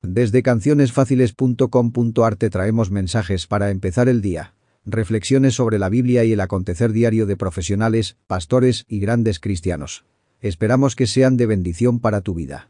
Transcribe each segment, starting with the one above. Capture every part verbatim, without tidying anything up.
Desde canciones fáciles punto com punto ar te traemos mensajes para empezar el día. Reflexiones sobre la Biblia y el acontecer diario de profesionales, pastores y grandes cristianos. Esperamos que sean de bendición para tu vida.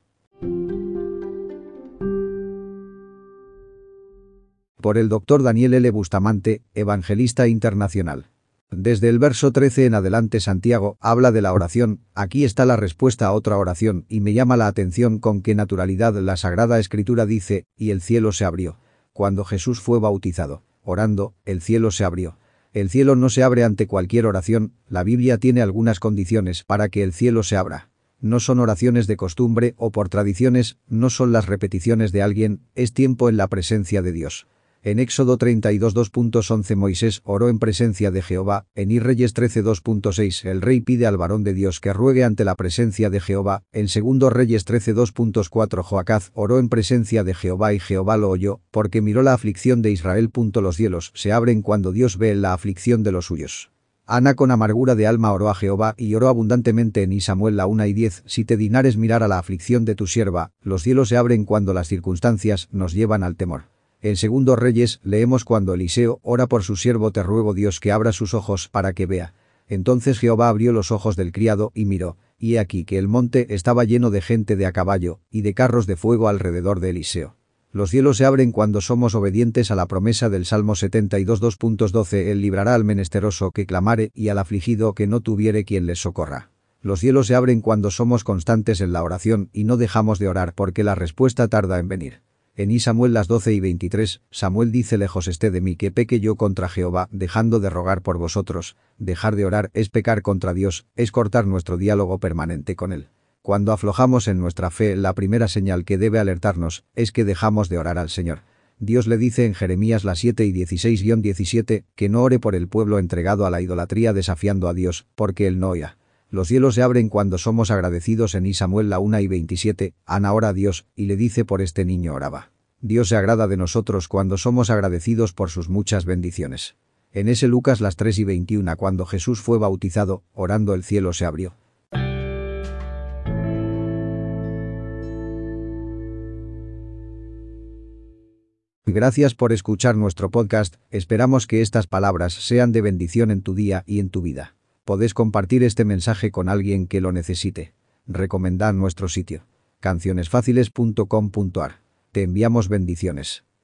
Por el doctor Daniel L. Bustamante, evangelista internacional. Desde el verso trece en adelante Santiago habla de la oración. Aquí está la respuesta a otra oración y me llama la atención con qué naturalidad la Sagrada Escritura dice, y el cielo se abrió. Cuando Jesús fue bautizado, orando, el cielo se abrió. El cielo no se abre ante cualquier oración, la Biblia tiene algunas condiciones para que el cielo se abra. No son oraciones de costumbre o por tradiciones, no son las repeticiones de alguien, es tiempo en la presencia de Dios. En Éxodo treinta y dos dos punto once Moisés oró en presencia de Jehová, en I Reyes trece dos punto seis el rey pide al varón de Dios que ruegue ante la presencia de Jehová, en segundo Reyes trece dos punto cuatro Joacaz oró en presencia de Jehová y Jehová lo oyó, porque miró la aflicción de Israel. Los cielos se abren cuando Dios ve la aflicción de los suyos. Ana con amargura de alma oró a Jehová y oró abundantemente en I Samuel la una y diez, si te dignares mirar a la aflicción de tu sierva, los cielos se abren cuando las circunstancias nos llevan al temor. En segundo Reyes, leemos cuando Eliseo ora por su siervo te ruego Dios que abra sus ojos para que vea. Entonces Jehová abrió los ojos del criado y miró, y he aquí que el monte estaba lleno de gente de a caballo, y de carros de fuego alrededor de Eliseo. Los cielos se abren cuando somos obedientes a la promesa del Salmo setenta y dos dos punto doce Él librará al menesteroso que clamare y al afligido que no tuviere quien les socorra. Los cielos se abren cuando somos constantes en la oración y no dejamos de orar porque la respuesta tarda en venir. En I Samuel las doce y veintitrés, Samuel dice lejos esté de mí que peque yo contra Jehová, dejando de rogar por vosotros. Dejar de orar es pecar contra Dios, es cortar nuestro diálogo permanente con Él. Cuando aflojamos en nuestra fe, la primera señal que debe alertarnos es que dejamos de orar al Señor. Dios le dice en Jeremías las siete y dieciséis diecisiete que no ore por el pueblo entregado a la idolatría desafiando a Dios, porque Él no oya. Los cielos se abren cuando somos agradecidos en I Samuel la una y veintisiete, Ana ora a Dios, y le dice por este niño oraba. Dios se agrada de nosotros cuando somos agradecidos por sus muchas bendiciones. En ese Lucas las tres y veintiuno cuando Jesús fue bautizado, orando el cielo se abrió. Gracias por escuchar nuestro podcast, esperamos que estas palabras sean de bendición en tu día y en tu vida. Podés compartir este mensaje con alguien que lo necesite. Recomendad nuestro sitio, canciones fáciles punto com punto ar. Te enviamos bendiciones.